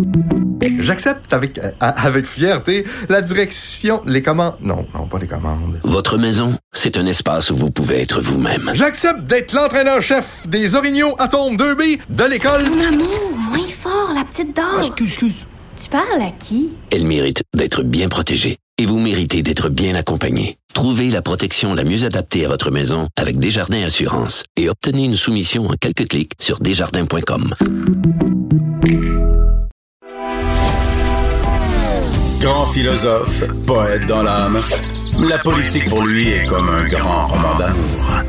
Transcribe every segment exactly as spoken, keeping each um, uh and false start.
J'accepte avec, euh, avec fierté la direction, les commandes... Non, non, pas les commandes. Votre maison, c'est un espace où vous pouvez être vous-même. J'accepte d'être l'entraîneur-chef des Orignaux Atomes deux B de l'école... Mon amour, moins fort, la petite dame. Ah, excuse, excuse. Tu parles à qui? Elle mérite d'être bien protégée. Et vous méritez d'être bien accompagné. Trouvez la protection la mieux adaptée à votre maison avec Desjardins Assurance et obtenez une soumission en quelques clics sur desjardins point com. Grand philosophe, poète dans l'âme, la politique pour lui est comme un grand roman d'amour.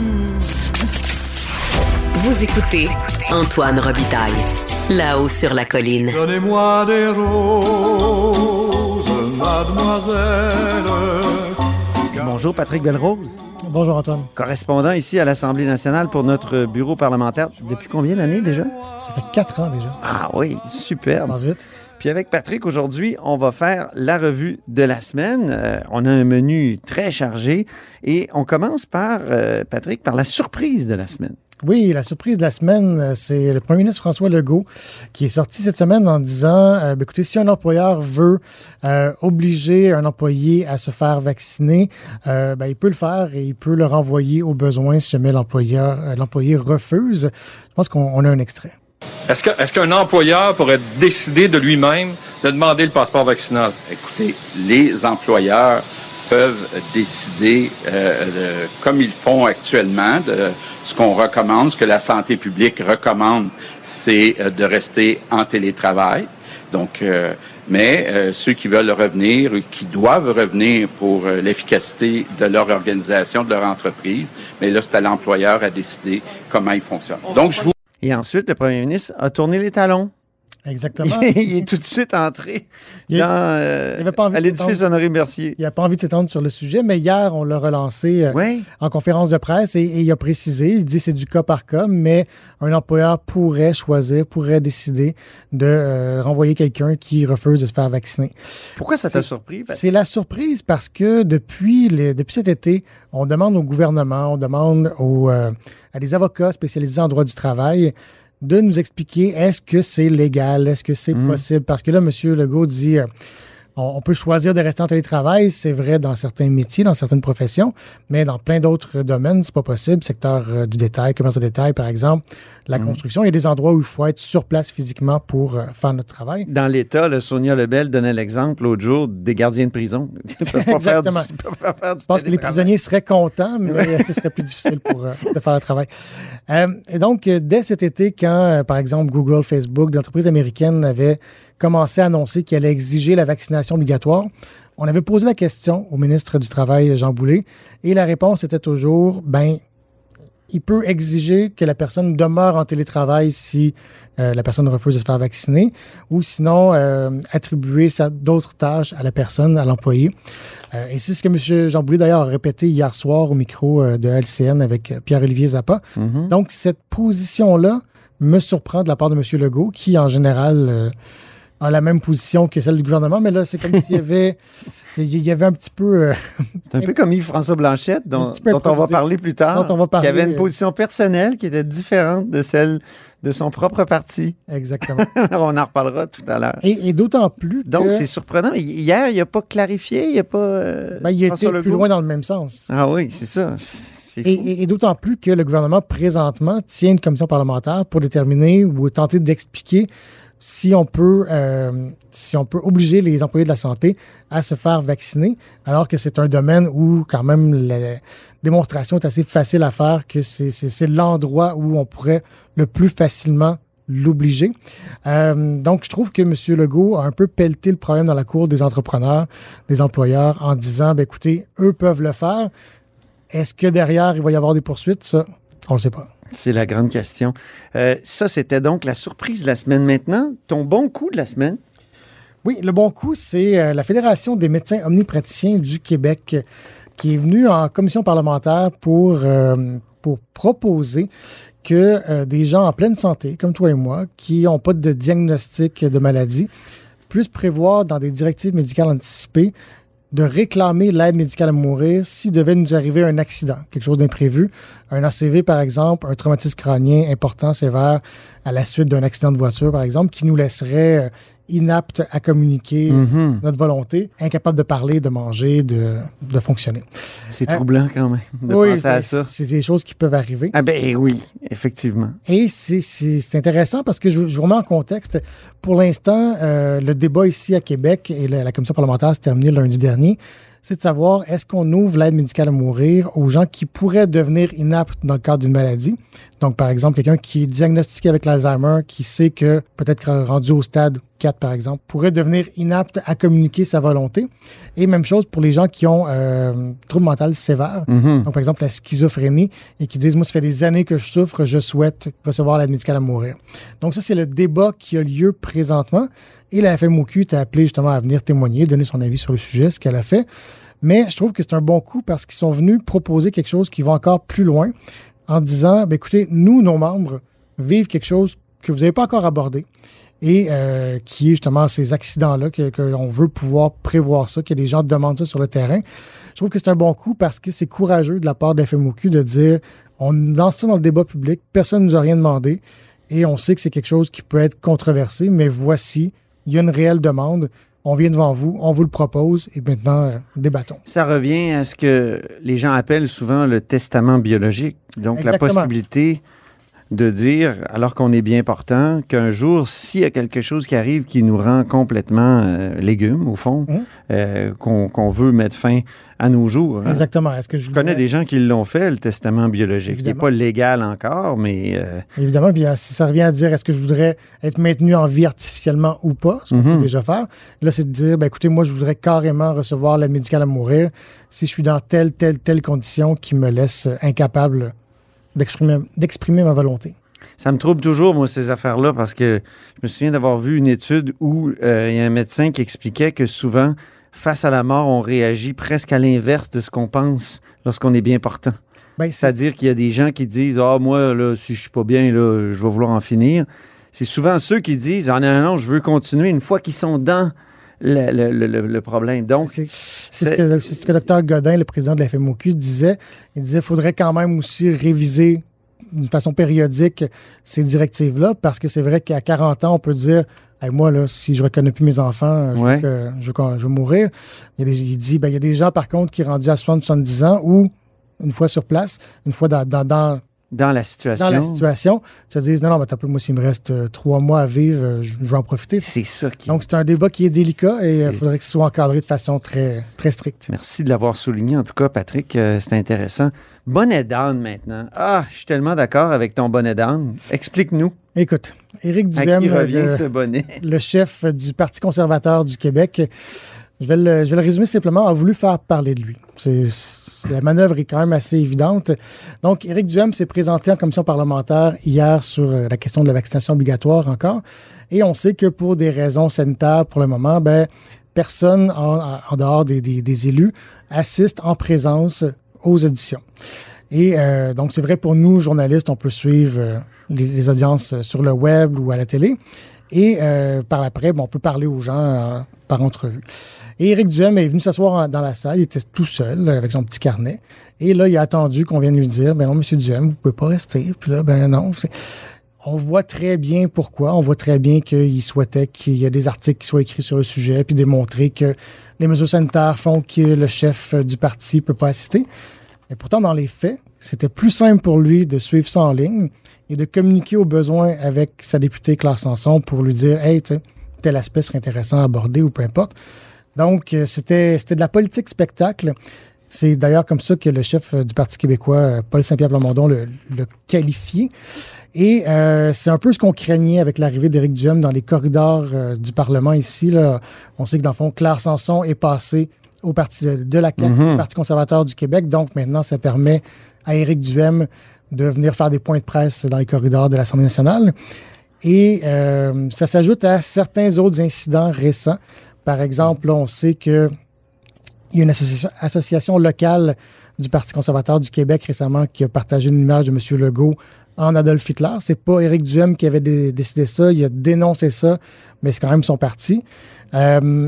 Vous écoutez Antoine Robitaille, là-haut sur la colline. Donnez-moi des roses, mademoiselle. Bonjour Patrick Belrose. Bonjour Antoine. Correspondant ici à l'Assemblée nationale pour notre bureau parlementaire. Depuis combien d'années déjà? Ça fait quatre ans déjà. Ah oui, superbe. Ça passe vite. Puis avec Patrick, aujourd'hui, on va faire la revue de la semaine. Euh, on a un menu très chargé et on commence par, euh, Patrick, par la surprise de la semaine. Oui, la surprise de la semaine, c'est le premier ministre François Legault qui est sorti cette semaine en disant, euh, ben, écoutez, si un employeur veut euh, obliger un employé à se faire vacciner, euh, ben, il peut le faire et il peut le renvoyer au besoin si jamais l'employeur, euh, l'employé refuse. Je pense qu'on on a un extrait. Est-ce que, est-ce qu'un employeur pourrait décider de lui-même de demander le passeport vaccinal? Écoutez, les employeurs peuvent décider, euh, de, comme ils font actuellement, de ce qu'on recommande, ce que la santé publique recommande, c'est euh, de rester en télétravail. Donc, euh, mais euh, ceux qui veulent revenir, qui doivent revenir pour euh, l'efficacité de leur organisation, de leur entreprise, mais là, c'est à l'employeur à décider comment il fonctionne. Donc, je vous... Et ensuite, le premier ministre a tourné les talons. Exactement. Il est tout de suite entré il dans, euh, il pas envie à l'édifice Honoré-Mercier. Il n'a pas envie de s'étendre sur le sujet, mais hier, on l'a relancé euh, oui. en conférence de presse et, et il a précisé, il dit que c'est du cas par cas, mais un employeur pourrait choisir, pourrait décider de euh, renvoyer quelqu'un qui refuse de se faire vacciner. Pourquoi ça t'a surpris? C'est la surprise parce que depuis, les, depuis cet été, on demande au gouvernement, on demande aux, euh, à des avocats spécialisés en droit du travail de nous expliquer est-ce que c'est légal, est-ce que c'est mmh. possible. Parce que là, M. Legault dit euh, on, on peut choisir de rester en télétravail, c'est vrai dans certains métiers, dans certaines professions, mais dans plein d'autres domaines, c'est pas possible. Secteur euh, du détail, commerce de détail, par exemple, la mmh. construction, il y a des endroits où il faut être sur place physiquement pour euh, faire notre travail. Dans l'État, là, Sonia Lebel donnait l'exemple l'autre jour des gardiens de prison. Ils peuvent pas Exactement. Faire du, ils peuvent pas faire du Je pense que les prisonniers seraient contents, mais ce serait plus difficile pour, euh, de faire le travail. Euh, et donc, euh, dès cet été, quand, euh, par exemple, Google, Facebook, des entreprises américaines avaient commencé à annoncer qu'elles allaient exiger la vaccination obligatoire, on avait posé la question au ministre du Travail, Jean Boulet, et la réponse était toujours, ben, il peut exiger que la personne demeure en télétravail si euh, la personne refuse de se faire vacciner ou sinon euh, attribuer sa, d'autres tâches à la personne, à l'employé. Euh, et c'est ce que M. Jean Boulet, d'ailleurs, a répété hier soir au micro euh, de L C N avec Pierre-Olivier Zappa. Mm-hmm. Donc, cette position-là me surprend de la part de M. Legault, qui, en général, euh, a la même position que celle du gouvernement, mais là, c'est comme s'il y avait... Il y avait un petit peu... Euh, c'est un peu comme Yves-François Blanchette, dont, dont on va parler plus tard, dont on va parler, qui avait une position personnelle qui était différente de celle de son propre parti. Exactement. On en reparlera tout à l'heure. Et, et d'autant plus que... Donc, c'est surprenant. Hier, il n'a pas clarifié, il n'a pas... Euh, ben, il était plus loin dans le même sens. Ah oui, c'est ça. C'est et, et, et d'autant plus que le gouvernement, présentement, tient une commission parlementaire pour déterminer ou tenter d'expliquer si on peut euh, si on peut obliger les employés de la santé à se faire vacciner, alors que c'est un domaine où quand même la démonstration est assez facile à faire, que c'est, c'est, c'est l'endroit où on pourrait le plus facilement l'obliger. Euh, donc, je trouve que M. Legault a un peu pelleté le problème dans la cour des entrepreneurs, des employeurs, en disant, ben, écoutez, eux peuvent le faire. Est-ce que derrière, il va y avoir des poursuites? Ça, on ne le sait pas. C'est la grande question. Euh, ça, c'était donc la surprise de la semaine. Maintenant, ton bon coup de la semaine? Oui, le bon coup, c'est euh, la Fédération des médecins omnipraticiens du Québec qui est venue en commission parlementaire pour, euh, pour proposer que euh, des gens en pleine santé, comme toi et moi, qui n'ont pas de diagnostic de maladie, puissent prévoir dans des directives médicales anticipées de réclamer l'aide médicale à mourir s'il devait nous arriver un accident, quelque chose d'imprévu, un A C V par exemple, un traumatisme crânien important, sévère, à la suite d'un accident de voiture par exemple, qui nous laisserait inaptes à communiquer mm-hmm. notre volonté, incapables de parler, de manger, de, de fonctionner. C'est euh, troublant quand même de oui, penser à ça. C'est des choses qui peuvent arriver. Ah ben oui, effectivement. Et c'est, c'est, c'est intéressant parce que je, je vous remets en contexte. Pour l'instant, euh, le débat ici à Québec et la, la commission parlementaire s'est terminée lundi dernier. C'est de savoir, est-ce qu'on ouvre l'aide médicale à mourir aux gens qui pourraient devenir inaptes dans le cadre d'une maladie? Donc, par exemple, quelqu'un qui est diagnostiqué avec l'Alzheimer, qui sait que, peut-être rendu au stade quatre, par exemple, pourrait devenir inapte à communiquer sa volonté. Et même chose pour les gens qui ont euh, trouble mental sévère. Mm-hmm. Donc, par exemple, la schizophrénie, et qui disent, moi, ça fait des années que je souffre, je souhaite recevoir l'aide médicale à mourir. Donc, ça, c'est le débat qui a lieu présentement. Et la F M O Q t'a appelé justement à venir témoigner, donner son avis sur le sujet, ce qu'elle a fait. Mais je trouve que c'est un bon coup parce qu'ils sont venus proposer quelque chose qui va encore plus loin en disant, ben écoutez, nous, nos membres, vivent quelque chose que vous n'avez pas encore abordé et euh, qui est justement ces accidents-là, que, qu'on veut pouvoir prévoir ça, que les gens demandent ça sur le terrain. Je trouve que c'est un bon coup parce que c'est courageux de la part de la F M O Q de dire, on lance ça dans le débat public, personne ne nous a rien demandé et on sait que c'est quelque chose qui peut être controversé, mais voici, il y a une réelle demande. On vient devant vous, on vous le propose et maintenant, euh, débattons. Ça revient à ce que les gens appellent souvent le testament biologique. Donc, exactement. La possibilité de dire, alors qu'on est bien portant, qu'un jour, s'il y a quelque chose qui arrive qui nous rend complètement euh, légumes, au fond, mmh. euh, qu'on, qu'on veut mettre fin à nos jours. Hein. Exactement. Est-ce que je, je connais des gens qui l'ont fait, le testament biologique. Il n'est pas légal encore, mais... Euh... Évidemment, bien, si ça revient à dire, est-ce que je voudrais être maintenu en vie artificiellement ou pas, ce qu'on mmh. peut déjà faire. Là, c'est de dire, ben, écoutez, moi, je voudrais carrément recevoir l'aide médicale à mourir si je suis dans telle, telle, telle condition qui me laisse incapable d'exprimer, d'exprimer ma volonté. Ça me trouble toujours, moi, ces affaires-là, parce que je me souviens d'avoir vu une étude où euh, il y a un médecin qui expliquait que souvent, face à la mort, on réagit presque à l'inverse de ce qu'on pense lorsqu'on est bien portant. Ben, c'est... C'est-à-dire qu'il y a des gens qui disent « Ah, moi, là, si je suis pas bien, là, je vais vouloir en finir ». C'est souvent ceux qui disent « Ah non, non, je veux continuer » une fois qu'ils sont dans le, le, le, le problème. Donc, c'est, c'est, c'est... Ce que, c'est ce que le docteur Godin, le président de la F M O Q, disait. Il disait qu'il faudrait quand même aussi réviser d'une façon périodique ces directives-là, parce que c'est vrai qu'à quarante ans, on peut dire hey, « moi, là, si je ne reconnais plus mes enfants, je, ouais. veux que, je, veux, je veux mourir ». Il, il dit ben, « il y a des gens, par contre, qui sont rendus à soixante soixante-dix ans ou, une fois sur place, une fois dans... dans, dans Dans la situation. Dans la situation. Tu te dis, non, non, mais t'as peu, moi, s'il me reste euh, trois mois à vivre, euh, je, je vais en profiter. C'est ça qui... Donc, c'est un débat qui est délicat et il euh, faudrait que ce soit encadré de façon très, très stricte. Merci de l'avoir souligné. En tout cas, Patrick, euh, c'est intéressant. Bonnet d'âne, maintenant. Ah, je suis tellement d'accord avec ton bonnet d'âne. Explique-nous. Écoute, Éric Duhem, le, ce bonnet? le chef du Parti conservateur du Québec, je vais, le, je vais le résumer simplement, a voulu faire parler de lui. C'est... La manœuvre est quand même assez évidente. Donc, Éric Duhem s'est présenté en commission parlementaire hier sur la question de la vaccination obligatoire encore. Et on sait que pour des raisons sanitaires, pour le moment, ben, personne en, en dehors des, des, des élus assiste en présence aux auditions. Et euh, donc, c'est vrai pour nous, journalistes, on peut suivre euh, les, les audiences sur le web ou à la télé. Et euh, par après, bon, on peut parler aux gens euh, par entrevue. Et Éric Duhem est venu s'asseoir dans la salle. Il était tout seul, avec son petit carnet. Et là, il a attendu qu'on vienne lui dire, « Ben non, M. Duhem, vous ne pouvez pas rester. » Puis là, ben non. C'est... On voit très bien pourquoi. On voit très bien qu'il souhaitait qu'il y ait des articles qui soient écrits sur le sujet, puis démontrer que les mesures sanitaires font que le chef du parti ne peut pas assister. Et pourtant, dans les faits, c'était plus simple pour lui de suivre ça en ligne et de communiquer au besoin avec sa députée Claire Sanson pour lui dire, « Hey, tel aspect serait intéressant à aborder » ou peu importe. Donc, c'était, c'était de la politique spectacle. C'est d'ailleurs comme ça que le chef du Parti québécois, Paul Saint-Pierre Plamondon, le, le qualifié. Et euh, c'est un peu ce qu'on craignait avec l'arrivée d'Éric Duhem dans les corridors euh, du Parlement ici. Là. On sait que, dans le fond, Claire Sanson est passée au parti de, de la C A Q, mm-hmm. Parti conservateur du Québec. Donc, maintenant, ça permet à Éric Duhem de venir faire des points de presse dans les corridors de l'Assemblée nationale. Et euh, ça s'ajoute à certains autres incidents récents. Par exemple, là, on sait qu'il y a une associa- association locale du Parti conservateur du Québec récemment qui a partagé une image de M. Legault en Adolf Hitler. C'est pas Éric Duhem qui avait dé- décidé ça. Il a dénoncé ça, mais c'est quand même son parti. Euh,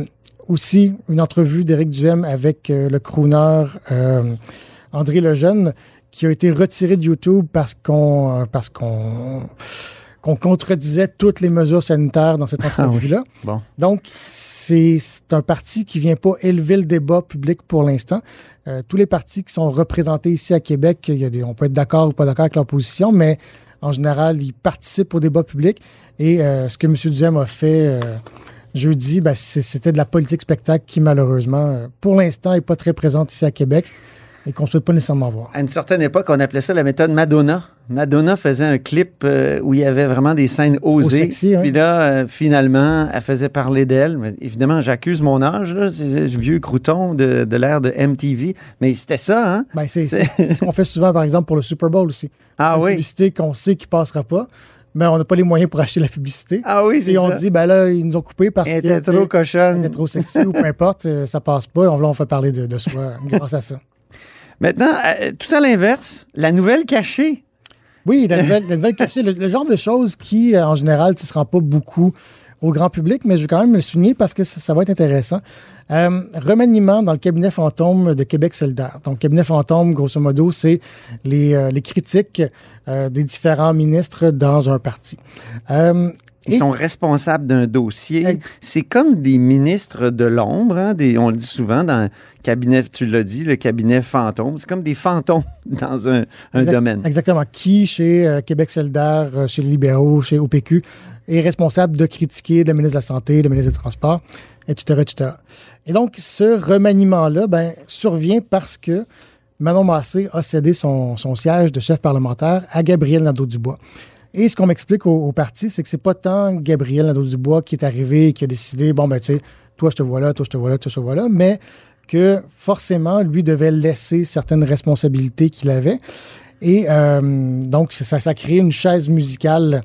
aussi une entrevue d'Éric Duhem avec euh, le crooner euh, André Lejeune, qui a été retiré de YouTube parce qu'on euh, parce qu'on qu'on contredisait toutes les mesures sanitaires dans cette entrevue-là. Ah oui. Bon. Donc, c'est, c'est un parti qui ne vient pas élever le débat public pour l'instant. Euh, tous les partis qui sont représentés ici à Québec, il y a des, on peut être d'accord ou pas d'accord avec leur position, mais en général, ils participent au débat public. Et euh, ce que M. Duhem a fait euh, jeudi, ben, c'est, c'était de la politique spectacle qui, malheureusement, euh, pour l'instant, n'est pas très présente ici à Québec et qu'on ne souhaite pas nécessairement voir. À une certaine époque, on appelait ça la méthode Madonna. Madonna faisait un clip euh, où il y avait vraiment des scènes osées. Sexy, hein? Puis là, euh, finalement, elle faisait parler d'elle. Mais évidemment, j'accuse mon âge, là, c'est ce vieux crouton de, de l'ère de M T V. Mais c'était ça, hein? Ben, c'est, c'est... c'est ce qu'on fait souvent, par exemple, pour le Super Bowl aussi. Ah une oui? Publicité qu'on sait qui ne passera pas, mais on n'a pas les moyens pour acheter la publicité. Ah oui, c'est Et ça. on dit, ben là, ils nous ont coupé parce Elle que... était trop cochonne. Elle était trop sexy ou peu importe, euh, ça passe pas. On, là, on fait parler de, de soi grâce à ça. Maintenant, euh, tout à l'inverse, la nouvelle cachée. Oui, la nouvelle, la nouvelle cachée, le, le genre de choses qui, euh, en général, ne se rend pas beaucoup au grand public, mais je vais quand même le souligner parce que ça, ça va être intéressant. Euh, remaniement dans le cabinet fantôme de Québec solidaire. Donc, cabinet fantôme, grosso modo, c'est les, euh, les critiques euh, des différents ministres dans un parti. Euh, Ils et... sont responsables d'un dossier. Hey. C'est comme des ministres de l'ombre. Hein, des, on le dit souvent dans le cabinet, tu l'as dit, le cabinet fantôme. C'est comme des fantômes dans un, un exact, domaine. Exactement. Qui, chez euh, Québec solidaire, euh, chez les libéraux, chez O P Q, est responsable de critiquer le ministre de la Santé, le ministre des Transports, et cetera, et cetera. Et donc, ce remaniement-là ben, survient parce que Manon Massé a cédé son, son siège de chef parlementaire à Gabriel Nadeau-Dubois. Et ce qu'on m'explique au, au parti, c'est que c'est pas tant Gabriel Nadeau-Dubois qui est arrivé et qui a décidé, bon, ben, tu sais, toi, je te vois là, toi, je te vois là, toi, je te vois là, mais que forcément, lui devait laisser certaines responsabilités qu'il avait. Et euh, donc, ça, ça crée une chaise musicale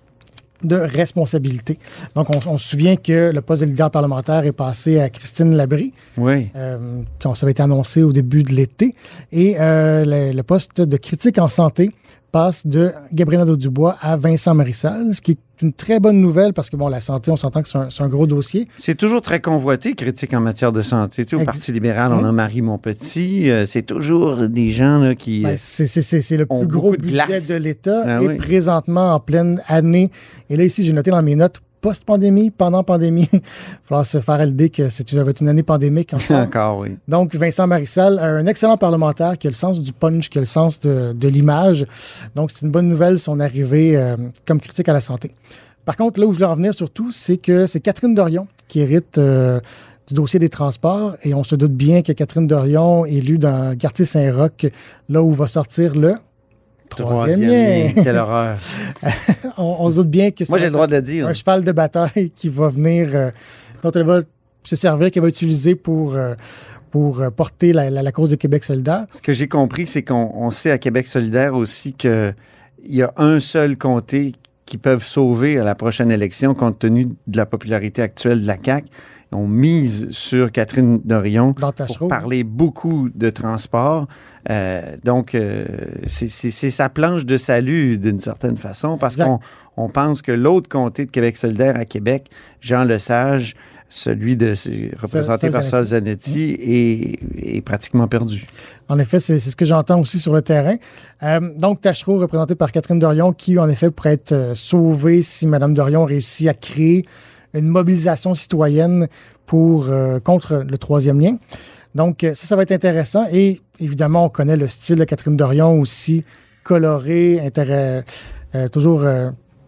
de responsabilité. Donc, on, on se souvient que le poste de leader parlementaire est passé à Christine Labrie, oui. euh, quand ça avait été annoncé au début de l'été. Et euh, le, le poste de critique en santé passe de Gabriel Nadeau-Dubois à Vincent Marissal, ce qui est une très bonne nouvelle parce que, bon, la santé, on s'entend que c'est un, c'est un gros dossier. C'est toujours très convoité, critique en matière de santé. Tu sais, au Ex- Parti libéral, on Mmh. a Marie Montpetit. Euh, c'est toujours des gens là, qui... Ben, c'est, c'est, c'est, c'est le ont plus gros beaucoup de budget glace. de l'État Ah et oui. présentement en pleine année. Et là, ici, j'ai noté dans mes notes post-pandémie, pendant pandémie. Il va falloir se faire à l'idée que c'est, ça va être une année pandémique encore. Encore, oui. Donc, Vincent Marissal, un excellent parlementaire qui a le sens du punch, qui a le sens de, de l'image. Donc, c'est une bonne nouvelle son arrivée euh, comme critique à la santé. Par contre, là où je voulais en venir surtout, c'est que c'est Catherine Dorion qui hérite euh, du dossier des transports. Et on se doute bien que Catherine Dorion, élue dans le quartier Saint-Roch, là où va sortir le troisième lien. Quelle horreur. on, on se doute bien que c'est Moi, j'ai le droit de le dire. un cheval de bataille qui va venir, euh, dont elle va se servir, qu'elle va utiliser pour, euh, pour euh, porter la, la, la cause de Québec solidaire. Ce que j'ai compris, c'est qu'on on sait à Québec solidaire aussi qu'il y a un seul comté qui peuvent sauver à la prochaine élection compte tenu de la popularité actuelle de la C A Q. On mise sur Catherine Dorion Dans ta pour chevaux. parler beaucoup de transport. Euh, donc, euh, c'est, c'est, c'est sa planche de salut d'une certaine façon parce Exact. qu'on on pense que l'autre comté de Québec solidaire à Québec, Jean Lesage, celui de représenté Sol par Sol Zanetti. Zanetti, est, est pratiquement perdu. En effet, c'est, c'est ce que j'entends aussi sur le terrain. Euh, donc, Tachereau, représenté par Catherine Dorion, qui, en effet, pourrait être euh, sauvée si Mme Dorion réussit à créer une mobilisation citoyenne pour, euh, contre le troisième lien. Donc, ça, ça va être intéressant. Et évidemment, on connaît le style de Catherine Dorion aussi coloré, intérêt, euh, toujours euh,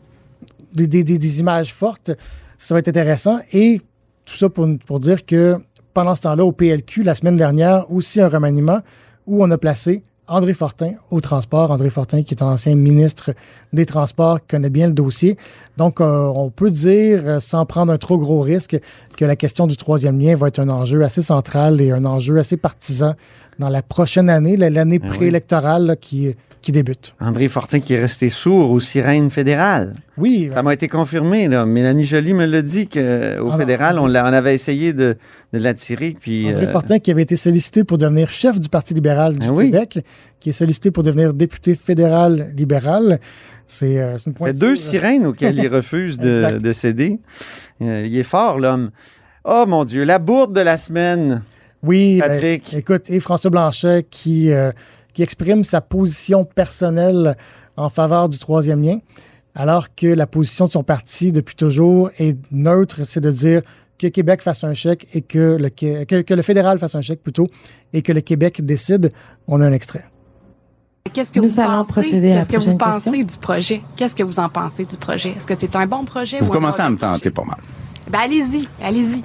des, des, des images fortes. Ça, ça va être intéressant. Et tout ça pour, pour dire que pendant ce temps-là, au P L Q, la semaine dernière, aussi un remaniement où on a placé André Fortin au transport. André Fortin, qui est un ancien ministre des Transports, qui connaît bien le dossier. Donc, euh, on peut dire, euh, sans prendre un trop gros risque, que la question du troisième lien va être un enjeu assez central et un enjeu assez partisan dans la prochaine année, l'année Ah oui. préélectorale là, qui, qui débute. André Fortin qui est resté sourd aux sirènes fédérales. Oui, Ça m'a été confirmé. Là. Mélanie Joly me l'a dit qu'au Ah fédéral, non. on, l'a- on avait essayé de, de l'attirer. Puis, André euh, Fortin, qui avait été sollicité pour devenir chef du Parti libéral du Ah oui. Québec, qui est sollicité pour devenir député fédéral libéral. C'est, euh, c'est une fait pointure. deux sirènes auxquelles il refuse de, Exact. de céder. Euh, il est fort, l'homme. Oh mon Dieu, la bourde de la semaine. Oui, Patrick. Ben, écoute, et François Blanchet qui, euh, qui exprime sa position personnelle en faveur du troisième lien, alors que la position de son parti depuis toujours est neutre, c'est de dire que Québec fasse un chèque et que le, que, que le fédéral fasse un chèque plutôt et que le Québec décide. On a un extrait. Qu'est-ce que Nous vous allons pensez, procéder à la qu'est-ce que vous prochaine pensez question. du projet? Qu'est-ce que vous en pensez du projet? Est-ce que c'est un bon projet Vous ou un commencez à mauvais me tenter projet? pas mal. Ben allez-y, allez-y.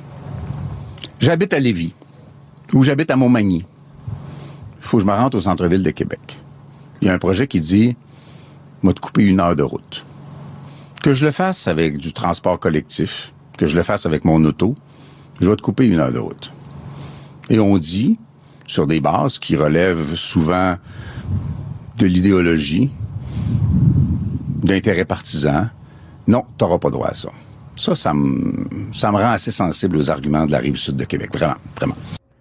J'habite à Lévis ou j'habite à Montmagny. Il faut que je me rende au centre-ville de Québec. Il y a un projet qui dit « moi te couper une heure de route ». Que je le fasse avec du transport collectif, que je le fasse avec mon auto, je vais te couper une heure de route. Et on dit, sur des bases qui relèvent souvent de l'idéologie, d'intérêts partisans, non, tu n'auras pas droit à ça. Ça, ça me, ça me rend assez sensible aux arguments de la Rive-Sud de Québec. Vraiment, vraiment.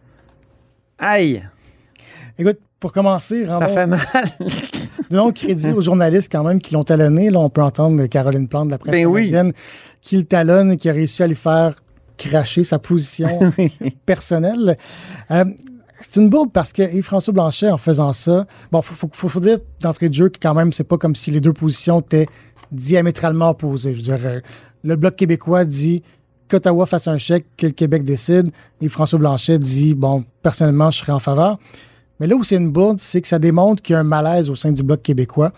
Aïe! Écoute, pour commencer, Ça rendons, fait mal. donnons crédit aux journalistes quand même qui l'ont talonné. Là, on peut entendre Caroline Plante de la presse Ben oui. canadienne qui le talonne et qui a réussi à lui faire cracher sa position personnelle. Euh, c'est une bourde parce que Yves-François Blanchet, en faisant ça, bon, faut, faut, faut, faut dire d'entrée de jeu que quand même, c'est pas comme si les deux positions étaient diamétralement opposées. Je veux dire, euh, le Bloc québécois dit qu'Ottawa fasse un chèque, que le Québec décide. Et François Blanchet dit, bon, personnellement, je serais en faveur. Mais là où c'est une bourde, c'est que ça démontre qu'il y a un malaise au sein du Bloc québécois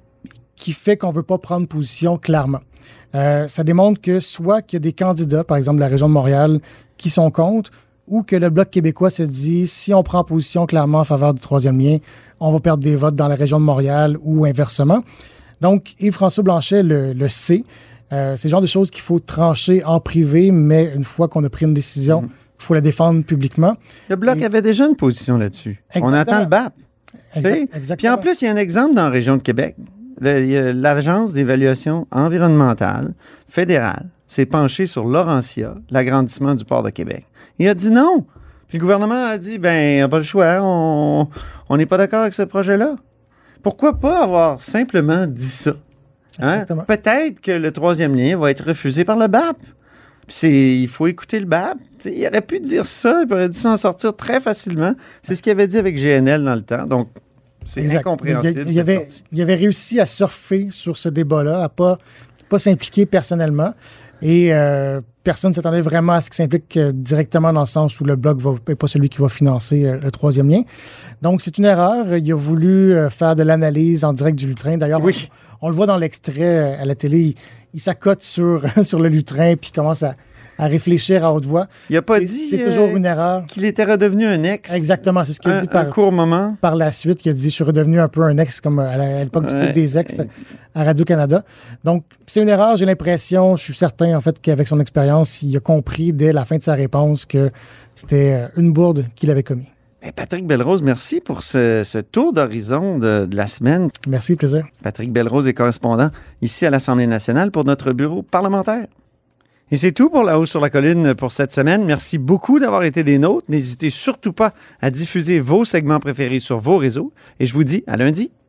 qui fait qu'on ne veut pas prendre position clairement. Euh, ça démontre que soit qu'il y a des candidats, par exemple de la région de Montréal, qui sont contre, ou que le Bloc québécois se dit, si on prend position clairement en faveur du troisième lien, on va perdre des votes dans la région de Montréal ou inversement. Donc, Yves-François Blanchet le, le sait. Euh, c'est le genre de choses qu'il faut trancher en privé, mais une fois qu'on a pris une décision, il mmh. faut la défendre publiquement. Le Bloc Et... avait déjà une position là-dessus. Exactement. On attend le B A P. Exact, Puis en plus, il y a un exemple dans la région de Québec. Le, il y a l'Agence d'évaluation environnementale fédérale s'est penchée sur Laurentia, l'agrandissement du port de Québec. Il a dit non. Puis le gouvernement a dit, ben, il n'y a pas le choix, on n'est pas d'accord avec ce projet-là. Pourquoi pas avoir simplement dit ça? Hein? Peut-être que le troisième lien va être refusé par le B A P. C'est, il faut écouter le B A P. T'sais, il aurait pu dire ça, il aurait dû s'en sortir très facilement. C'est ce qu'il avait dit avec G N L dans le temps. Donc, c'est exact. incompréhensible. Il, il, avait, il avait réussi à surfer sur ce débat-là, à ne pas, pas s'impliquer personnellement. Et euh, personne ne s'attendait vraiment à ce qu'il s'implique euh, directement dans le sens où le Bloc n'est pas celui qui va financer euh, le troisième lien. Donc, c'est une erreur. Il a voulu euh, faire de l'analyse en direct du lutrin. D'ailleurs, oui. on, on le voit dans l'extrait à la télé. Il, il s'accote sur, sur le lutrin puis commence à, à réfléchir à haute voix. Il n'a pas c'est, dit c'est euh, toujours une erreur. Qu'il était redevenu un ex. Exactement, c'est ce qu'il a un, dit par, un court moment. par la suite. Il a dit « Je suis redevenu un peu un ex » comme à l'époque ouais. du club des ex à Radio-Canada. Donc, c'est une erreur. J'ai l'impression, je suis certain en fait qu'avec son expérience, il a compris dès la fin de sa réponse que c'était une bourde qu'il avait commis. Patrick Belrose, merci pour ce, ce tour d'horizon de, de la semaine. Merci, plaisir. Patrick Belrose est correspondant ici à l'Assemblée nationale pour notre bureau parlementaire. Et c'est tout pour La Haut sur la Colline pour cette semaine. Merci beaucoup d'avoir été des nôtres. N'hésitez surtout pas à diffuser vos segments préférés sur vos réseaux. Et je vous dis à lundi.